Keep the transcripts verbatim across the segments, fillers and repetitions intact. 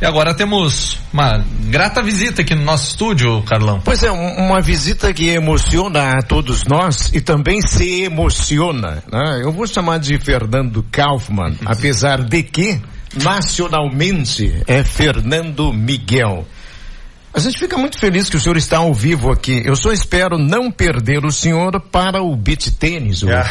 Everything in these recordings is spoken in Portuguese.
E agora temos uma grata visita aqui no nosso estúdio, Carlão. Pois é, uma visita que emociona a todos nós e também se emociona, né? Eu vou chamar de Fernando Kaufmann, apesar de que nacionalmente é Fernando Miguel. A gente fica muito feliz que o senhor está ao vivo aqui. Eu só espero não perder o senhor para o beach tênis. Ah,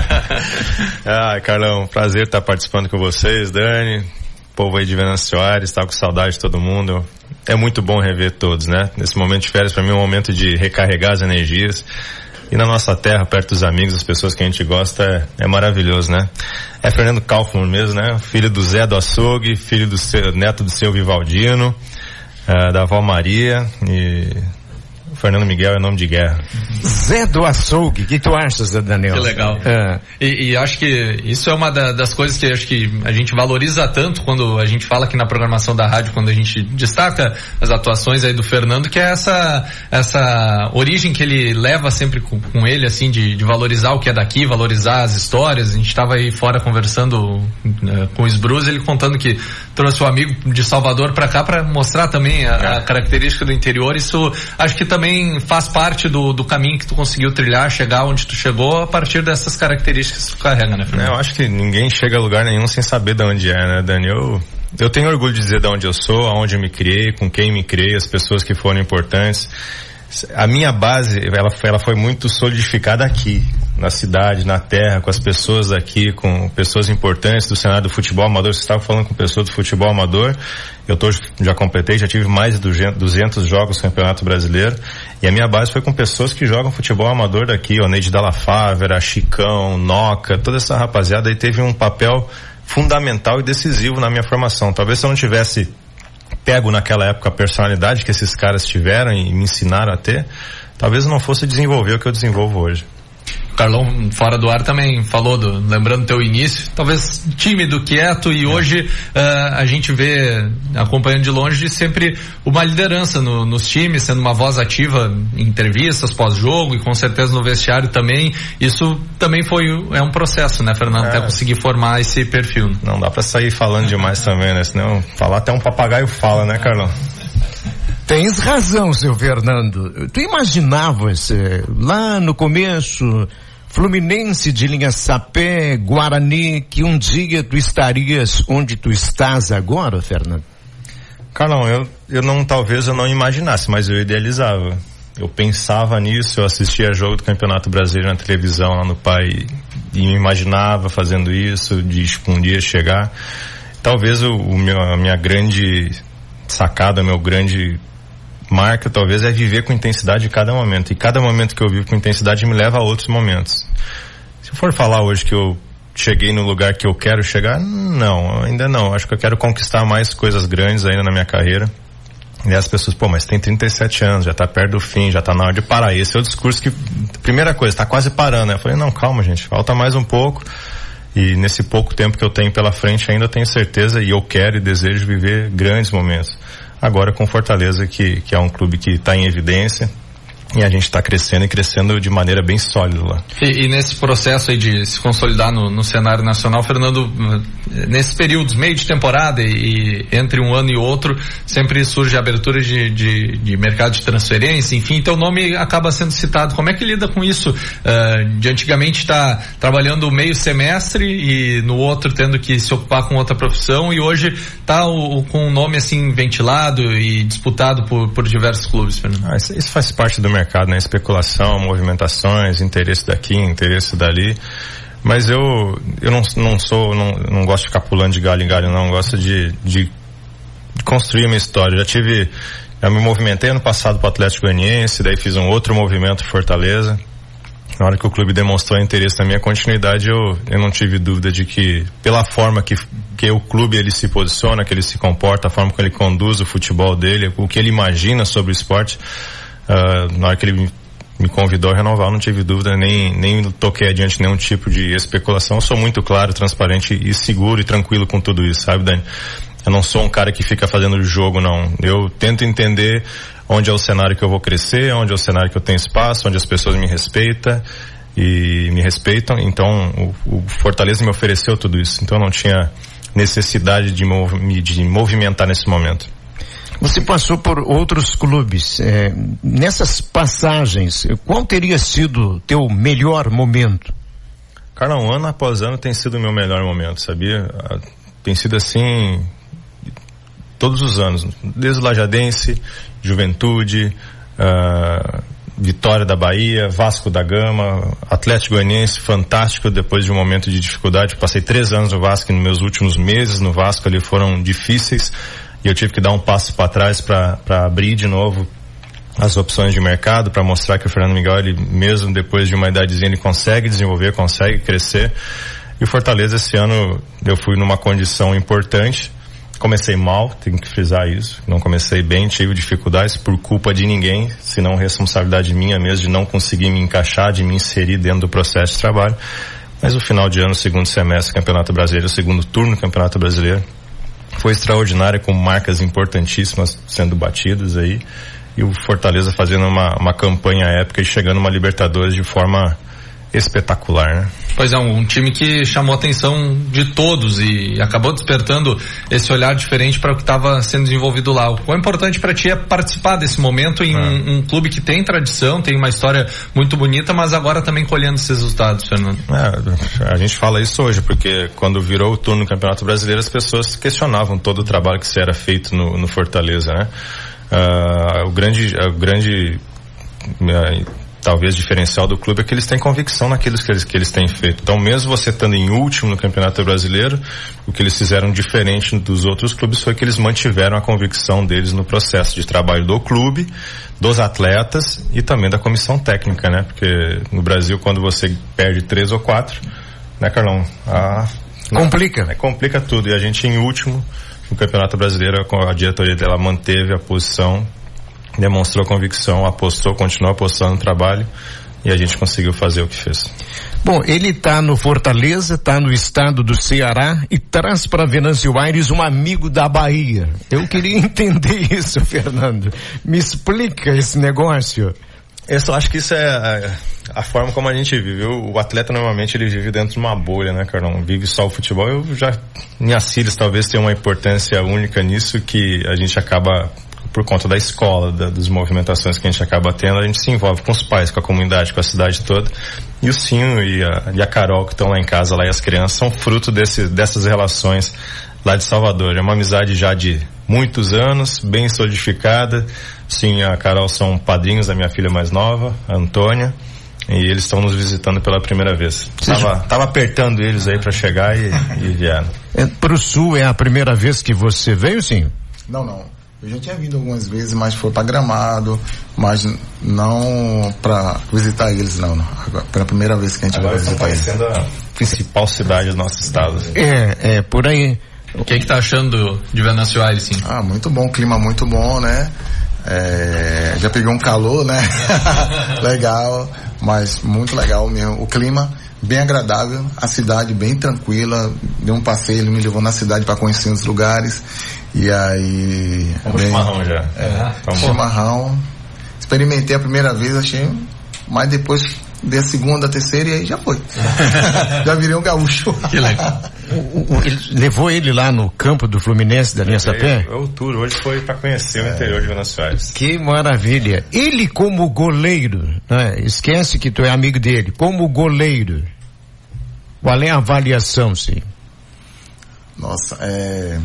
ah, Carlão, prazer estar participando com vocês, Dani, povo aí de Venâncio Aires, tá com saudade de todo mundo. É muito bom rever todos, né? Nesse momento de férias, para mim é um momento de recarregar as energias. E na nossa terra, perto dos amigos, as pessoas que a gente gosta, é, é maravilhoso, né? É Fernando Kaufmann mesmo, né? Filho do Zé do Açougue, filho do seu, neto do seu Vivaldino. Uh, da avó Maria, e o Fernando Miguel é nome de guerra. Zé do Açougue, o que tu achas, Daniel? Que legal. É. E, e acho que isso é uma da, das coisas que acho que a gente valoriza tanto quando a gente fala aqui na programação da rádio, quando a gente destaca as atuações aí do Fernando, que é essa, essa origem que ele leva sempre com, com ele, assim, de, de valorizar o que é daqui, valorizar as histórias. A gente estava aí fora conversando uh, com o Sbruz, ele contando que trouxe o amigo de Salvador para cá para mostrar também a, a característica do interior. Isso acho que também faz parte do, do caminho que tu conseguiu trilhar, chegar onde tu chegou a partir dessas características que tu carrega, né, Fernando? Eu acho que ninguém chega a lugar nenhum sem saber de onde é, né, Dani? Eu, eu tenho orgulho de dizer de onde eu sou, aonde eu me criei, com quem me criei, as pessoas que foram importantes. A minha base, ela, ela foi muito solidificada aqui, na cidade, na terra, com as pessoas aqui, com pessoas importantes do cenário do futebol amador. Você estava falando com pessoas do futebol amador. Eu tô, já completei, já tive mais de duzentos jogos no Campeonato Brasileiro. E a minha base foi com pessoas que jogam futebol amador daqui, o Neide Dalla Fávera, Chicão, Noca, toda essa rapaziada aí teve um papel fundamental e decisivo na minha formação. Talvez se eu não tivesse pego naquela época a personalidade que esses caras tiveram e me ensinaram a ter, talvez eu não fosse desenvolver o que eu desenvolvo hoje. Carlão, fora do ar, também falou, do, lembrando teu início, talvez tímido, quieto, e é. hoje uh, a gente vê, acompanhando de longe, sempre uma liderança no, nos times, sendo uma voz ativa em entrevistas, pós-jogo, e com certeza no vestiário também. Isso também foi, é um processo, né, Fernando, é. até conseguir formar esse perfil. Não dá pra sair falando demais também, né, senão falar até um papagaio fala, né, Carlão? Tens razão, seu Fernando. Tu imaginavas, eh, lá no começo, Fluminense de linha Sapé, Guarani, que um dia tu estarias onde tu estás agora, Fernando? Carlão, eu, eu não, talvez eu não imaginasse, mas eu idealizava. Eu pensava nisso, eu assistia jogo do Campeonato Brasileiro na televisão lá no Pai e me imaginava fazendo isso, de um dia chegar. Talvez o, o meu, a minha grande sacada, meu grande marca talvez é viver com intensidade cada momento, e cada momento que eu vivo com intensidade me leva a outros momentos. Se eu for falar hoje que eu cheguei no lugar que eu quero chegar, não, ainda não. Acho que eu quero conquistar mais coisas grandes ainda na minha carreira. E as pessoas, pô, mas tem trinta e sete anos, já tá perto do fim, já tá na hora de parar. Esse é o discurso que, primeira coisa, tá quase parando, né? Eu falei, não, calma, gente, falta mais um pouco. E nesse pouco tempo que eu tenho pela frente ainda tenho certeza, e eu quero e desejo viver grandes momentos. Agora com Fortaleza, que, que é um clube que está em evidência, e a gente está crescendo e crescendo de maneira bem sólida lá. E, e nesse processo aí de se consolidar no, no cenário nacional, Fernando, nesses períodos, meio de temporada e, e entre um ano e outro, sempre surge a abertura de, de, de mercado de transferência, enfim, teu nome acaba sendo citado. Como é que lida com isso? Uh, de antigamente estar tá trabalhando meio semestre e no outro tendo que se ocupar com outra profissão, e hoje tá o, com um nome assim ventilado e disputado por, por diversos clubes, Fernando. Ah, isso, isso faz parte do mercado, né? Especulação, movimentações, interesse daqui, interesse dali. Mas eu, eu não, não sou, não, não gosto de ficar pulando de galho em galho, não. Eu gosto de, de, de construir a minha história. Eu já tive, eu me movimentei ano passado para o Atlético Goianiense, daí fiz um outro movimento em Fortaleza. Na hora que o clube demonstrou interesse na minha continuidade, eu, eu não tive dúvida de que, pela forma que, que o clube ele se posiciona, que ele se comporta, a forma que ele conduz o futebol dele, o que ele imagina sobre o esporte, Uh, na hora que ele me, me convidou a renovar, eu não tive dúvida, nem, nem toquei adiante nenhum tipo de especulação. Eu sou muito claro, transparente e seguro e tranquilo com tudo isso, sabe, Dani? Eu não sou um cara que fica fazendo jogo, não. Eu tento entender onde é o cenário que eu vou crescer, onde é o cenário que eu tenho espaço, onde as pessoas me respeitam e me respeitam. Então, o, o Fortaleza me ofereceu tudo isso. Então, eu não tinha necessidade de, movi- de movimentar nesse momento. Você passou por outros clubes. É, nessas passagens, qual teria sido teu melhor momento? Carlão, ano após ano tem sido o meu melhor momento, sabia? Tem sido assim todos os anos, desde o Lajadense, Juventude, uh, Vitória da Bahia, Vasco da Gama, Atlético Goianiense, fantástico depois de um momento de dificuldade. Passei três anos no Vasco e nos meus últimos meses no Vasco ali foram difíceis e eu tive que dar um passo para trás para abrir de novo as opções de mercado, para mostrar que o Fernando Miguel, ele mesmo depois de uma idadezinha, ele consegue desenvolver, consegue crescer. E o Fortaleza esse ano eu fui numa condição importante. Comecei mal, tenho que frisar isso, não comecei bem, tive dificuldades por culpa de ninguém, senão responsabilidade minha mesmo de não conseguir me encaixar, de me inserir dentro do processo de trabalho. Mas o final de ano, segundo semestre do Campeonato Brasileiro, o segundo turno do Campeonato Brasileiro, foi extraordinário, com marcas importantíssimas sendo batidas aí, e o Fortaleza fazendo uma, uma campanha épica e chegando uma Libertadores de forma espetacular, né? Pois é, um, um time que chamou a atenção de todos e acabou despertando esse olhar diferente para o que estava sendo desenvolvido lá. O quão importante para ti é participar desse momento em é. um, um clube que tem tradição, tem uma história muito bonita, mas agora também colhendo esses resultados, Fernando. É, a gente fala isso hoje, porque quando virou o turno do Campeonato Brasileiro, as pessoas questionavam todo o trabalho que se era feito no, no Fortaleza, né? Uh, o grande, o grande uh, talvez diferencial do clube é que eles têm convicção naquilo que eles, que eles têm feito. Então, mesmo você estando em último no Campeonato Brasileiro, o que eles fizeram diferente dos outros clubes foi que eles mantiveram a convicção deles no processo de trabalho do clube, dos atletas e também da comissão técnica, né? Porque no Brasil, quando você perde três ou quatro, né, Carlão? A, complica. Né, complica tudo. E a gente em último no Campeonato Brasileiro, a diretoria dela manteve a posição, demonstrou convicção, apostou, continuou apostando no trabalho e a gente conseguiu fazer o que fez. Bom, ele está no Fortaleza, está no estado do Ceará e traz para Venâncio Aires um amigo da Bahia. Eu queria entender isso, Fernando. Me explica esse negócio. Eu só acho que isso é a, a forma como a gente vive. O atleta normalmente ele vive dentro de uma bolha, né, Carlão? Vive só o futebol. Eu já, minhas filhas talvez tenham uma importância única nisso, que a gente acaba, por conta da escola, da, das movimentações que a gente acaba tendo, a gente se envolve com os pais, com a comunidade, com a cidade toda. E o Cinho e a, e a Carol, que estão lá em casa, lá, e as crianças, são fruto desse, dessas relações lá de Salvador. É uma amizade já de muitos anos, bem solidificada. Sim, a Carol são padrinhos da minha filha mais nova, a Antônia, e eles estão nos visitando pela primeira vez. Tava, tava apertando eles aí para chegar e, e vieram. É, pro Sul é a primeira vez que você veio, sim? Não, não. Eu já tinha vindo algumas vezes, mas foi para Gramado, mas não para visitar eles, não. não. Agora, pela primeira vez que a gente Agora vai visitar eles. Agora a principal cidade do nosso estado. É, é, por aí. O que é que tá achando de Venâncio Aires, sim? Ah, muito bom, clima muito bom, né? É, já peguei um calor, né? Legal, mas muito legal mesmo. O clima bem agradável, a cidade bem tranquila. Deu um passeio, ele me levou na cidade para conhecer os lugares. E aí. Como chimarrão já. É, é chimarrão. Experimentei a primeira vez, achei. Mas depois dei a segunda, a terceira e aí já foi. Já virei um gaúcho. Que legal. O, o, ele, levou ele lá no campo do Fluminense da linha Sapé? É o tour, hoje foi para conhecer é. o interior de Venâncio Aires. Que maravilha. Ele como goleiro, né? Esquece que tu é amigo dele, como goleiro, qual é a avaliação, sim? Nossa, é...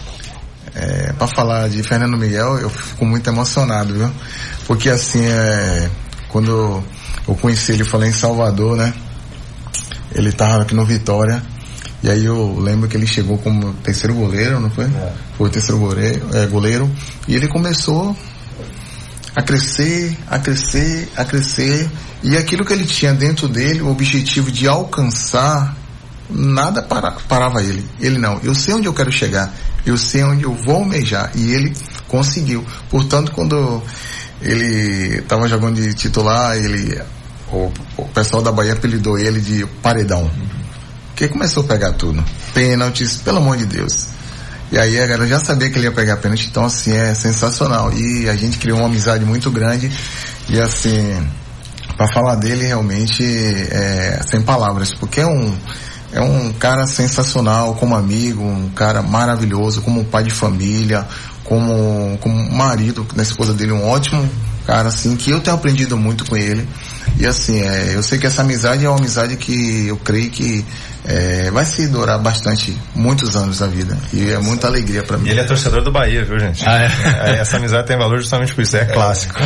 É, para falar de Fernando Miguel, eu fico muito emocionado, viu? Porque assim, é, quando eu conheci ele, falei em Salvador, né? Ele tava aqui no Vitória, e aí eu lembro que ele chegou como terceiro goleiro, não foi? É. Foi o terceiro goleiro, é, goleiro, e ele começou a crescer, a crescer, a crescer, e aquilo que ele tinha dentro dele, o objetivo de alcançar, nada para, parava ele. Ele não, eu sei onde eu quero chegar, eu sei onde eu vou almejar, e ele conseguiu. Portanto, quando ele estava jogando de titular, ele, o, o pessoal da Bahia apelidou ele de paredão, porque começou a pegar tudo, pênaltis, pelo amor de Deus. E aí a galera já sabia que ele ia pegar pênalti, então assim, é sensacional. E a gente criou uma amizade muito grande, e assim, para falar dele realmente é sem palavras, porque é um é um cara sensacional como amigo, um cara maravilhoso, como pai de família, como, como marido, na esposa dele, um ótimo cara, assim, que eu tenho aprendido muito com ele. E assim, é, eu sei que essa amizade é uma amizade que eu creio que é, vai se durar bastante, muitos anos da vida. E é muita alegria pra mim. E ele é torcedor do Bahia, viu, gente? Ah, é? Essa amizade tem valor justamente por isso, é, é clássico.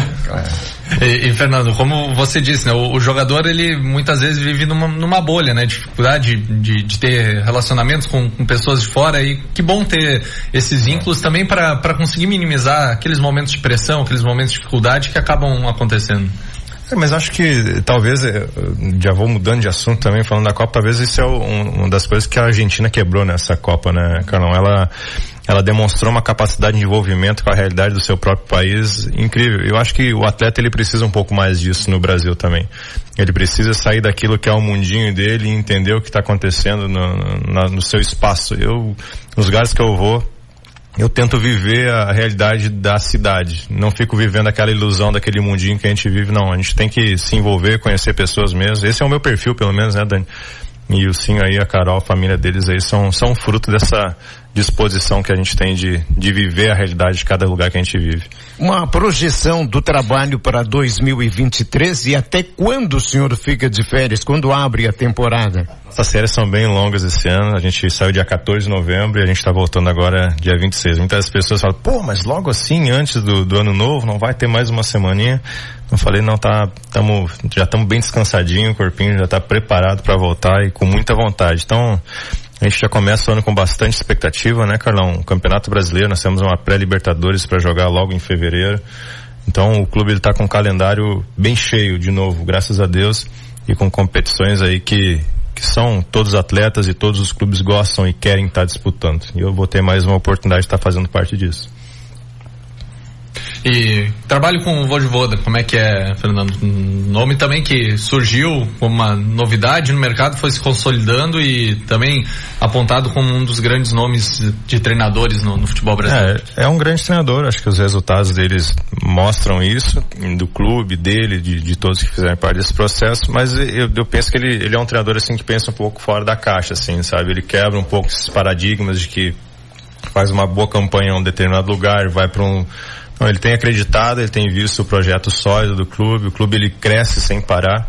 É. E, e Fernando, como você disse, né, o, o jogador, ele muitas vezes vive numa, numa bolha, né, dificuldade de, de ter relacionamentos com, com pessoas de fora, e que bom ter esses vínculos também para para conseguir minimizar aqueles momentos de pressão, aqueles momentos de dificuldade que acabam acontecendo. É, mas acho que talvez, já vou mudando de assunto também, falando da Copa, talvez isso é um, uma das coisas que a Argentina quebrou nessa Copa, né, Carlão? Ela, ela demonstrou uma capacidade de envolvimento com a realidade do seu próprio país incrível. Eu acho que o atleta, ele precisa um pouco mais disso no Brasil também. Ele precisa sair daquilo que é o mundinho dele e entender o que está acontecendo no, no, no seu espaço. Eu, nos lugares que eu vou, eu tento viver a realidade da cidade. Não fico vivendo aquela ilusão daquele mundinho que a gente vive, não. A gente tem que se envolver, conhecer pessoas mesmo. Esse é o meu perfil, pelo menos, né, Dani? E o Sim aí, a Carol, a família deles aí são, são fruto dessa disposição que a gente tem de, de viver a realidade de cada lugar que a gente vive. Uma projeção do trabalho para dois mil e vinte e três, e até quando o senhor fica de férias? Quando abre a temporada? Essas séries são bem longas esse ano. A gente saiu dia quatorze de novembro e a gente está voltando agora dia vinte e seis. Muitas pessoas falam, pô, mas logo assim, antes do, do ano novo, não vai ter mais uma semaninha? Eu falei, não, tá, tamo, já estamos bem descansadinho, o corpinho já está preparado para voltar e com muita vontade. Então, a gente já começa o ano com bastante expectativa, né, Carlão? O Campeonato Brasileiro, nós temos uma pré-Libertadores para jogar logo em fevereiro. Então, o clube está com um calendário bem cheio de novo, graças a Deus, e com competições aí que que são todos os atletas e todos os clubes gostam e querem estar disputando. E eu vou ter mais uma oportunidade de estar fazendo parte disso. E trabalho com o Vojvoda, como é que é, Fernando? Um nome também que surgiu como uma novidade no mercado, foi se consolidando e também apontado como um dos grandes nomes de treinadores no, no futebol brasileiro. É, é um grande treinador, acho que os resultados deles mostram isso, do clube, dele, de, de todos que fizeram parte desse processo, mas eu, eu penso que ele, ele é um treinador assim que pensa um pouco fora da caixa, assim, sabe? Ele quebra um pouco esses paradigmas de que faz uma boa campanha em um determinado lugar, vai para um... Não, ele tem acreditado, ele tem visto o projeto sólido do clube, o clube ele cresce sem parar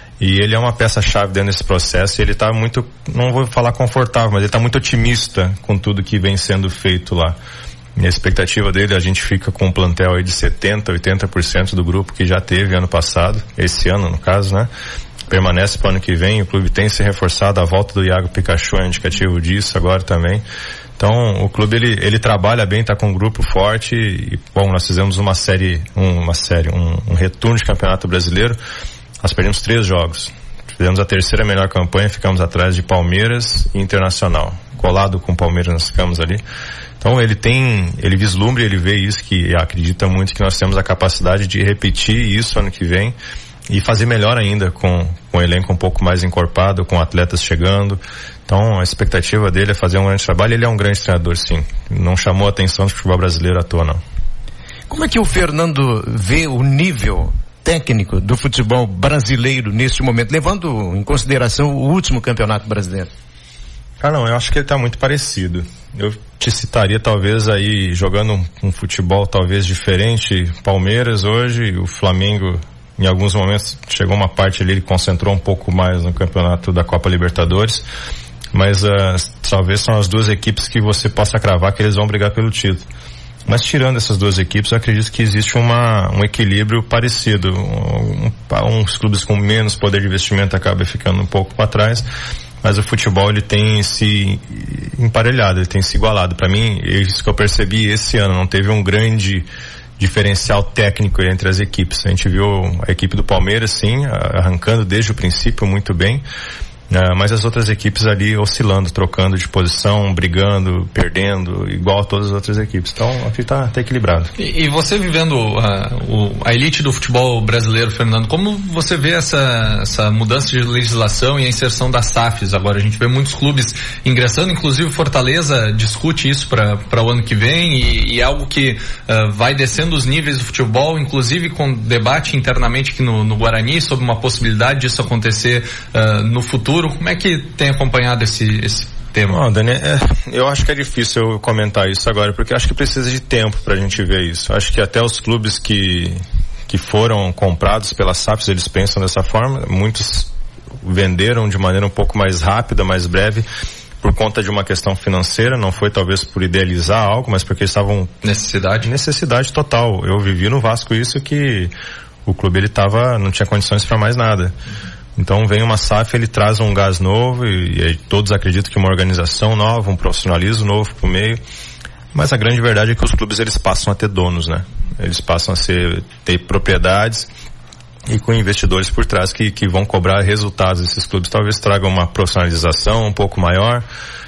e ele é uma peça-chave dentro desse processo e ele está muito, não vou falar confortável, mas ele está muito otimista com tudo que vem sendo feito lá. E a expectativa dele, a gente fica com um plantel aí de setenta, oitenta por cento do grupo que já teve ano passado, esse ano no caso, né? Permanece para o ano que vem, o clube tem se reforçado, a volta do Iago Pikachu é um indicativo disso agora também. Então, o clube, ele, ele trabalha bem, tá com um grupo forte e, bom, nós fizemos uma série, um, uma série, um, um retorno de campeonato brasileiro, nós perdemos três jogos. Fizemos a terceira melhor campanha, ficamos atrás de Palmeiras e Internacional. Colado com o Palmeiras nós ficamos ali. Então, ele tem, ele vislumbra, ele vê isso, que acredita muito que nós temos a capacidade de repetir isso ano que vem e fazer melhor ainda com, com o elenco um pouco mais encorpado, com atletas chegando. Então, a expectativa dele é fazer um grande trabalho. Ele é um grande treinador, sim. Não chamou a atenção do futebol brasileiro à toa, não. Como é que o Fernando vê o nível técnico do futebol brasileiro neste momento, levando em consideração o último campeonato brasileiro? Ah, não, eu acho que ele está muito parecido. Eu te citaria talvez aí, jogando um, um futebol talvez diferente, Palmeiras hoje, o Flamengo em alguns momentos chegou uma parte ali, ele concentrou um pouco mais no campeonato da Copa Libertadores, mas uh, talvez são as duas equipes que você possa cravar que eles vão brigar pelo título. Mas tirando essas duas equipes, eu acredito que existe uma, um equilíbrio parecido. Um, um, uns clubes com menos poder de investimento acabam ficando um pouco para trás, mas o futebol ele tem se emparelhado, ele tem se igualado. Para mim, isso que eu percebi esse ano, não teve um grande diferencial técnico entre as equipes. A gente viu a equipe do Palmeiras, sim, arrancando desde o princípio muito bem, uh, mas as outras equipes ali oscilando, trocando de posição, brigando, perdendo, igual a todas as outras equipes. Então, aqui tá, tá equilibrado. E, e você vivendo a, o, a elite do futebol brasileiro, Fernando, como você vê essa, essa mudança de legislação e a inserção das S A Fs agora? A gente vê muitos clubes ingressando, inclusive Fortaleza discute isso para o ano que vem e, e é algo que uh, vai descendo os níveis do futebol, inclusive com debate internamente aqui no, no Guarani sobre uma possibilidade disso acontecer uh, no futuro. futuro? Como é que tem acompanhado esse, esse tema? Oh, Dani, é, eu acho que é difícil eu comentar isso agora, porque eu acho que precisa de tempo pra gente ver isso. Eu acho que até os clubes que, que foram comprados pela S A F, eles pensam dessa forma. Muitos venderam de maneira um pouco mais rápida, mais breve, por conta de uma questão financeira, não foi talvez por idealizar algo, mas porque estavam... Necessidade? Necessidade total. Eu vivi no Vasco isso, que o clube ele tava, não tinha condições para mais nada. Então vem uma S A F, ele traz um gás novo e, e todos acreditam que uma organização nova, um profissionalismo novo pro meio. Mas a grande verdade é que os clubes eles passam a ter donos, né? Eles passam a ser, ter propriedades e com investidores por trás que, que vão cobrar resultados. Esses clubes talvez tragam uma profissionalização um pouco maior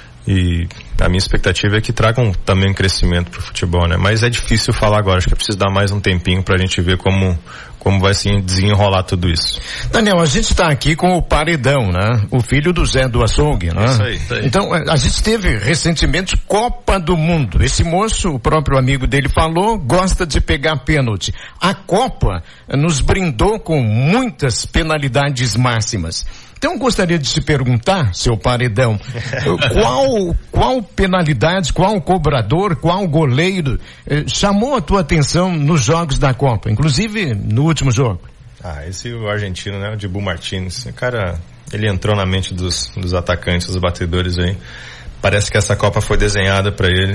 e a minha expectativa é que tragam também um crescimento pro futebol, né? Mas é difícil falar agora, acho que é preciso dar mais um tempinho pra gente ver como como vai se desenrolar tudo isso. Daniel, a gente está aqui com o Paredão, né? O filho do Zé do Açougue, né? Isso aí, isso aí. Então, a gente teve recentemente Copa do Mundo. Esse moço, o próprio amigo dele falou, gosta de pegar pênalti. A Copa nos brindou com muitas penalidades máximas. Então, eu gostaria de te perguntar, seu Paredão, qual, qual penalidade, qual cobrador, qual goleiro eh, chamou a tua atenção nos jogos da Copa, inclusive no último jogo? Ah, esse o argentino, né, o Dibu Martínez, o cara, ele entrou na mente dos, dos atacantes, dos batedores aí. Parece que essa Copa foi desenhada para ele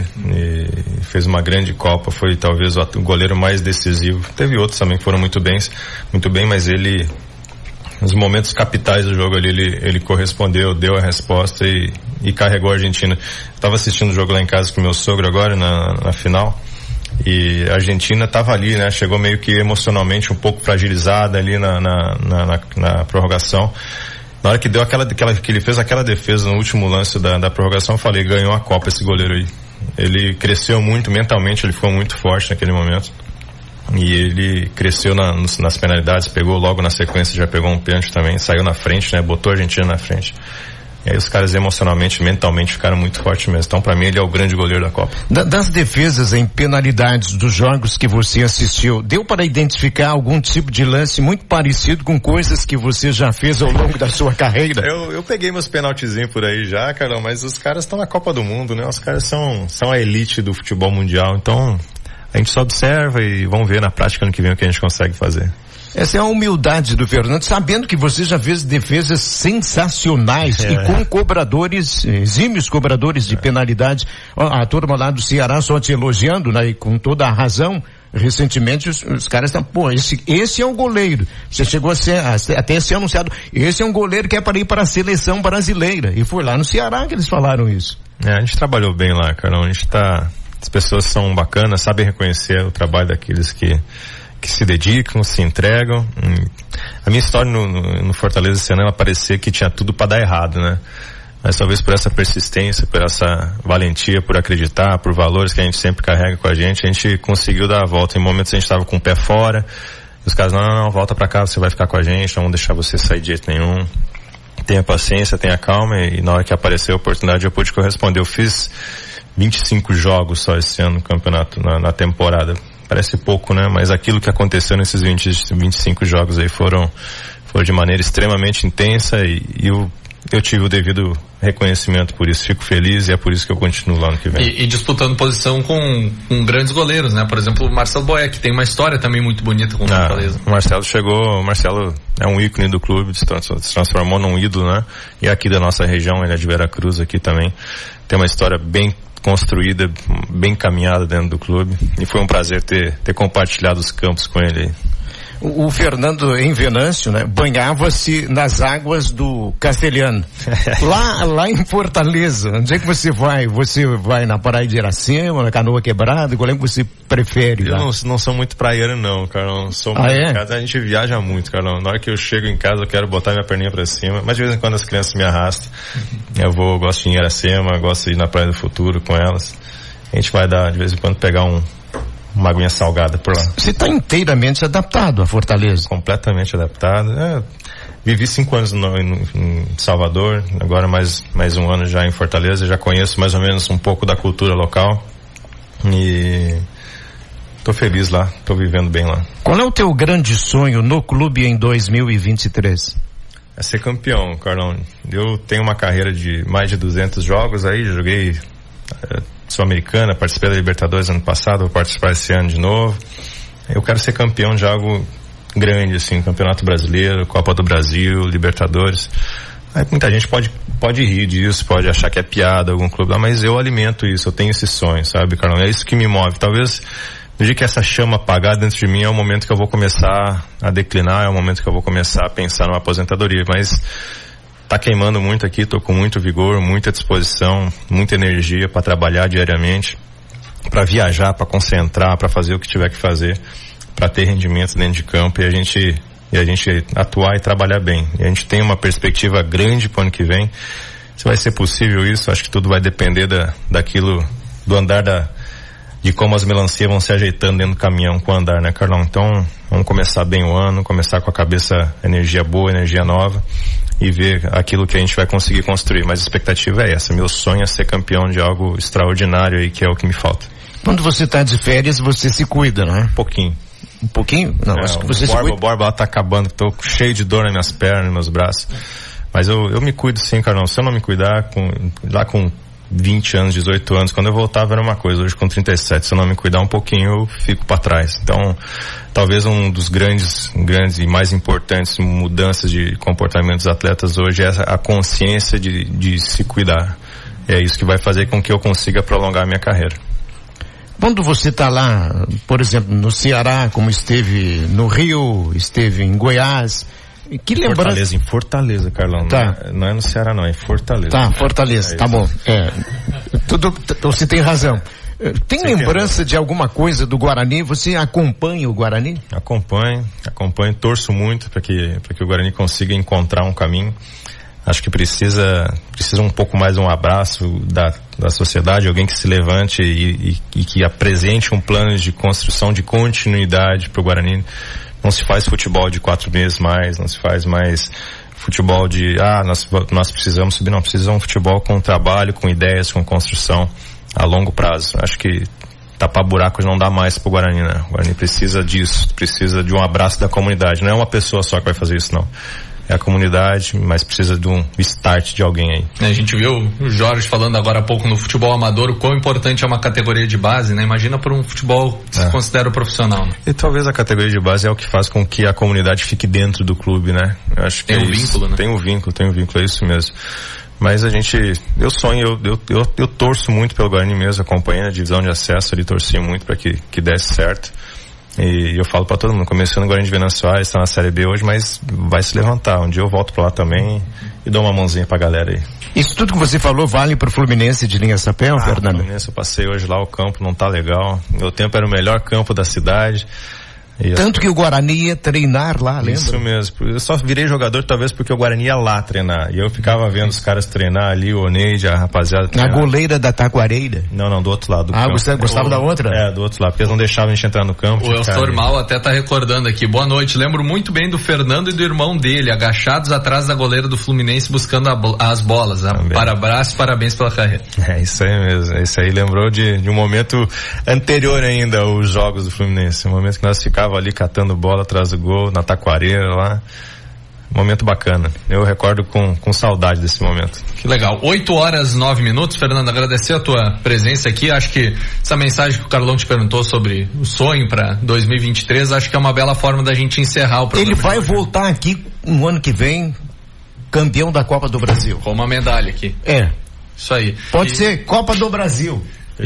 e fez uma grande Copa, foi talvez o, o goleiro mais decisivo. Teve outros também que foram muito bem, muito bem, mas ele... Nos momentos capitais do jogo ali, ele, ele correspondeu, deu a resposta e, e carregou a Argentina. Estava assistindo o jogo lá em casa com meu sogro agora, na, na final, e a Argentina estava ali, né? Chegou meio que emocionalmente um pouco fragilizada ali na, na, na, na, na prorrogação. Na hora que deu aquela, aquela, que ele fez aquela defesa no último lance da, da prorrogação, eu falei, ganhou a Copa esse goleiro aí. Ele cresceu muito mentalmente, ele foi muito forte naquele momento. E ele cresceu na, nas penalidades, pegou logo na sequência, já pegou um pênalti também, saiu na frente, né? Botou a Argentina na frente. E aí os caras emocionalmente, mentalmente ficaram muito fortes mesmo. Então, pra mim, ele é o grande goleiro da Copa. Da, das defesas em penalidades dos jogos que você assistiu, deu para identificar algum tipo de lance muito parecido com coisas que você já fez ao longo da sua carreira? Eu, eu peguei meus penaltizinhos por aí já, Carlão, mas os caras estão na Copa do Mundo, né? Os caras são, são a elite do futebol mundial, então... A gente só observa e vamos ver na prática ano que vem o que a gente consegue fazer. Essa é a humildade do Fernando, sabendo que você já fez defesas sensacionais é. e com cobradores, exímios cobradores de é. penalidade. A turma lá do Ceará só te elogiando, né? E com toda a razão. Recentemente os, os caras estão, pô, esse, esse é o goleiro. Você chegou a ser, a, até ser anunciado, esse é um goleiro que é para ir para a seleção brasileira. E foi lá no Ceará que eles falaram isso. É, a gente trabalhou bem lá, Carlão. A gente tá... As pessoas são bacanas, sabem reconhecer o trabalho daqueles que, que se dedicam, se entregam. A minha história no, no, no Fortaleza esse ano, ela parecia que tinha tudo para dar errado, né? Mas talvez por essa persistência, por essa valentia, por acreditar, por valores que a gente sempre carrega com a gente, a gente conseguiu dar a volta. Em momentos a gente estava com o pé fora, os caras, não, não, não, volta para cá, você vai ficar com a gente, não vamos deixar você sair de jeito nenhum. Tenha paciência, tenha calma, e na hora que apareceu a oportunidade eu pude corresponder. Eu fiz vinte e cinco jogos só esse ano no campeonato, na, na temporada. Parece pouco, né? Mas aquilo que aconteceu nesses vinte, vinte e cinco jogos aí foram, foram de maneira extremamente intensa e, e eu, eu tive o devido reconhecimento por isso. Fico feliz e é por isso que eu continuo lá no que vem. E, e disputando posição com, com grandes goleiros, né? Por exemplo, o Marcelo Boeck, que tem uma história também muito bonita com o ah, Fortaleza. O Marcelo chegou, o Marcelo é um ícone do clube, se transformou num ídolo, né? E aqui da nossa região, ele é de Veracruz aqui também. Tem uma história bem construída, bem caminhada dentro do clube, e foi um prazer ter, ter compartilhado os campos com ele. O, o Fernando em Venâncio, né, banhava-se nas águas do Castelhano. lá, lá em Fortaleza, onde é que você vai? Você vai na Praia de Iracema, na Canoa Quebrada? Qual é que você prefere? Eu lá? não, não sou muito praieiro não, Carlão. Sou ah, muito é? casa, a gente viaja muito, Carlão. Na hora que eu chego em casa eu quero botar minha perninha pra cima, mas de vez em quando as crianças me arrastam. Eu vou, eu gosto de ir em Iracema, gosto de ir na Praia do Futuro com elas. A gente vai dar, de vez em quando, pegar um uma aguinha salgada por lá. Você está inteiramente adaptado a Fortaleza? Completamente adaptado. É, vivi cinco anos no, no, em Salvador, agora mais, mais um ano já em Fortaleza, já conheço mais ou menos um pouco da cultura local e tô feliz lá, tô vivendo bem lá. Qual é o teu grande sonho no clube em dois mil e vinte e três? É ser campeão, Carlão. Eu tenho uma carreira de mais de duzentos jogos aí, joguei é, Sul-Americana, participei da Libertadores ano passado, vou participar esse ano de novo. Eu quero ser campeão de algo grande, assim, Campeonato Brasileiro, Copa do Brasil, Libertadores. Aí muita gente pode, pode rir disso, pode achar que é piada algum clube lá, mas eu alimento isso, eu tenho esse sonho, sabe, Carlão? É isso que me move. Talvez no dia que essa chama apagar dentro de mim é o momento que eu vou começar a declinar, é o momento que eu vou começar a pensar numa aposentadoria, mas tá queimando muito aqui, tô com muito vigor, muita disposição, muita energia para trabalhar diariamente, para viajar, para concentrar, para fazer o que tiver que fazer, para ter rendimento dentro de campo e a gente e a gente atuar e trabalhar bem. E a gente tem uma perspectiva grande para o ano que vem. Se vai ser possível isso, acho que tudo vai depender da, daquilo, do andar da, de como as melancias vão se ajeitando dentro do caminhão com o andar, né, Carlão? Então, vamos começar bem o ano, começar com a cabeça, energia boa, energia nova e ver aquilo que a gente vai conseguir construir. Mas a expectativa é essa. Meu sonho é ser campeão de algo extraordinário aí, que é o que me falta. Quando você está de férias, você se cuida, não é? Um pouquinho. Um pouquinho? Não, é, acho que você o se Borba, cuida. O Borba tá acabando, tô cheio de dor nas minhas pernas, nos meus braços. Mas eu, eu me cuido sim, Carlão. Se eu não me cuidar, com, lá com vinte anos, dezoito anos, quando eu voltava era uma coisa, hoje com trinta e sete, se eu não me cuidar um pouquinho, eu fico para trás. Então, talvez um dos grandes, grandes e mais importantes mudanças de comportamento dos atletas hoje é a consciência de, de se cuidar. É isso que vai fazer com que eu consiga prolongar a minha carreira. Quando você está lá, por exemplo, no Ceará, como esteve no Rio, esteve em Goiás, que lembrança... Fortaleza, em Fortaleza, Carlão. Tá. Não, é, não é no Ceará não, é em Fortaleza. Tá, Fortaleza, é tá bom. É, tudo, você tem razão. Tem Você lembrança tem de alguma coisa do Guarani? Você acompanha o Guarani? Acompanho, acompanho, torço muito para que, para que o Guarani consiga encontrar um caminho. Acho que precisa, precisa um pouco mais de um abraço da, da sociedade, alguém que se levante e, e, e que apresente um plano de construção, de continuidade para o Guarani. Não se faz futebol de quatro meses mais, não se faz mais futebol de, ah, nós, nós precisamos subir, não, precisa um futebol com trabalho, com ideias, com construção a longo prazo. Acho que tapar buracos não dá mais pro Guarani, né? O Guarani precisa disso, precisa de um abraço da comunidade. Não é uma pessoa só que vai fazer isso, não. É a comunidade, mas precisa de um start de alguém aí. A gente viu o Jorge falando agora há pouco no futebol amador, o quão importante é uma categoria de base, né? Imagina por um futebol que é. se considera profissional, né? E talvez a categoria de base é o que faz com que a comunidade fique dentro do clube, né? Eu acho que tem é um isso. vínculo, né? Tem um vínculo, tem um vínculo, é isso mesmo. Mas a gente, eu sonho, eu, eu, eu, eu torço muito pelo Guarani mesmo, acompanhei a divisão de acesso ali, torci muito para que, que desse certo. E eu falo pra todo mundo, começando o Guarani de Venâncio Soares, está na Série B hoje, mas vai se levantar. Um dia eu volto pra lá também e dou uma mãozinha pra galera aí. Isso tudo que você falou vale pro Fluminense de linha Sapé, ah, Fernando? Fluminense, eu passei hoje lá, o campo não tá legal. Meu tempo era o melhor campo da cidade. E Tanto assim, que o Guarani ia treinar lá, lembra? Isso mesmo. Eu só virei jogador talvez porque o Guarani ia lá treinar. E eu ficava vendo os caras treinar ali, o Oneide, a rapaziada treinar. Na goleira da Taquareira? Não, não, do outro lado do ah, campo. Ah, você gostava o, da outra? É, do outro lado, porque eles não deixavam a gente entrar no campo. O Elstor Mal até tá recordando aqui. Boa noite, lembro muito bem do Fernando e do irmão dele, agachados atrás da goleira do Fluminense buscando a, as bolas. Parabéns, parabéns pela carreira. É isso aí mesmo. Isso aí lembrou de, de um momento anterior ainda aos jogos do Fluminense. Um momento que nós ficávamos ali catando bola bola atrás do gol, na Taquareira lá. Momento bacana. Eu recordo com, com saudade desse momento. Que legal. oito horas, nove minutos. Fernando, agradecer a tua presença aqui. Acho que essa mensagem que o Carlão te perguntou sobre o sonho para dois mil e vinte e três, acho que é uma bela forma da gente encerrar o programa. Ele vai voltar aqui no ano que vem, campeão da Copa do Brasil. Com uma medalha aqui. É. Isso aí. Pode e... ser Copa do Brasil.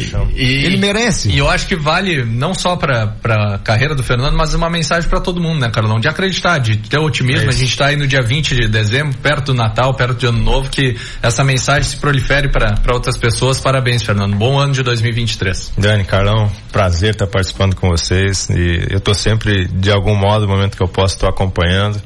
E, ele merece. E eu acho que vale não só para para carreira do Fernando, mas uma mensagem para todo mundo, né, Carlão? De acreditar, de ter otimismo. É a gente está aí no dia vinte de dezembro, perto do Natal, perto do Ano Novo, que essa mensagem se prolifere para para outras pessoas. Parabéns, Fernando. Bom ano de dois mil e vinte e três. Dani, Carlão, prazer estar participando com vocês. E eu tô sempre, de algum modo, no momento que eu posso, estou acompanhando.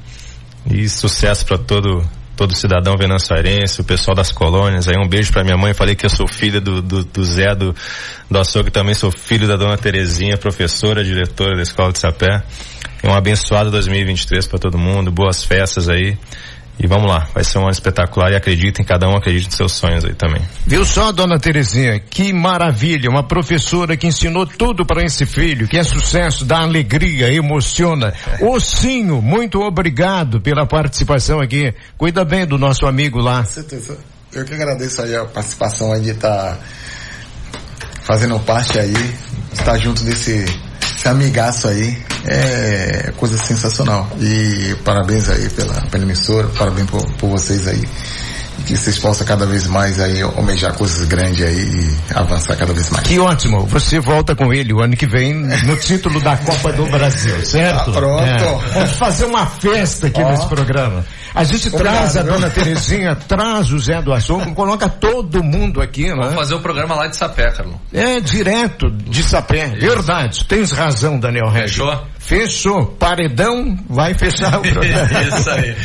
E sucesso para todo todo cidadão venançoarense, o pessoal das colônias. Aí um beijo pra minha mãe, falei que eu sou filha do, do, do Zé do, do Açougue, também sou filho da dona Terezinha, professora, diretora da Escola de Sapé. E um abençoado dois mil e vinte e três para todo mundo, boas festas aí. E vamos lá, vai ser um ano espetacular e acreditem, cada um acredita nos seus sonhos aí também. Viu só, dona Terezinha, que maravilha, uma professora que ensinou tudo para esse filho, que é sucesso, dá alegria, emociona. Ossinho, muito obrigado pela participação aqui. Cuida bem do nosso amigo lá. Com certeza. Eu que agradeço aí a participação aí de estar fazendo parte aí, estar junto desse esse amigaço aí, é coisa sensacional. E parabéns aí pela, pela emissora, parabéns por, por vocês aí. E que vocês possam cada vez mais aí almejar coisas grandes aí e avançar cada vez mais. Que ótimo, você volta com ele o ano que vem no título da Copa do Brasil, certo? Tá pronto. É. Vamos fazer uma festa aqui oh. nesse programa. A gente Obrigado, traz a viu? Dona Terezinha, traz o Zé do Açougue, coloca todo mundo aqui, né? Vamos fazer o programa lá de Sapé, Carlão. É, direto de Sapé. Isso. Verdade, tens razão, Daniel Regis. Fechou? Fechou. Paredão vai fechar o programa. Isso aí.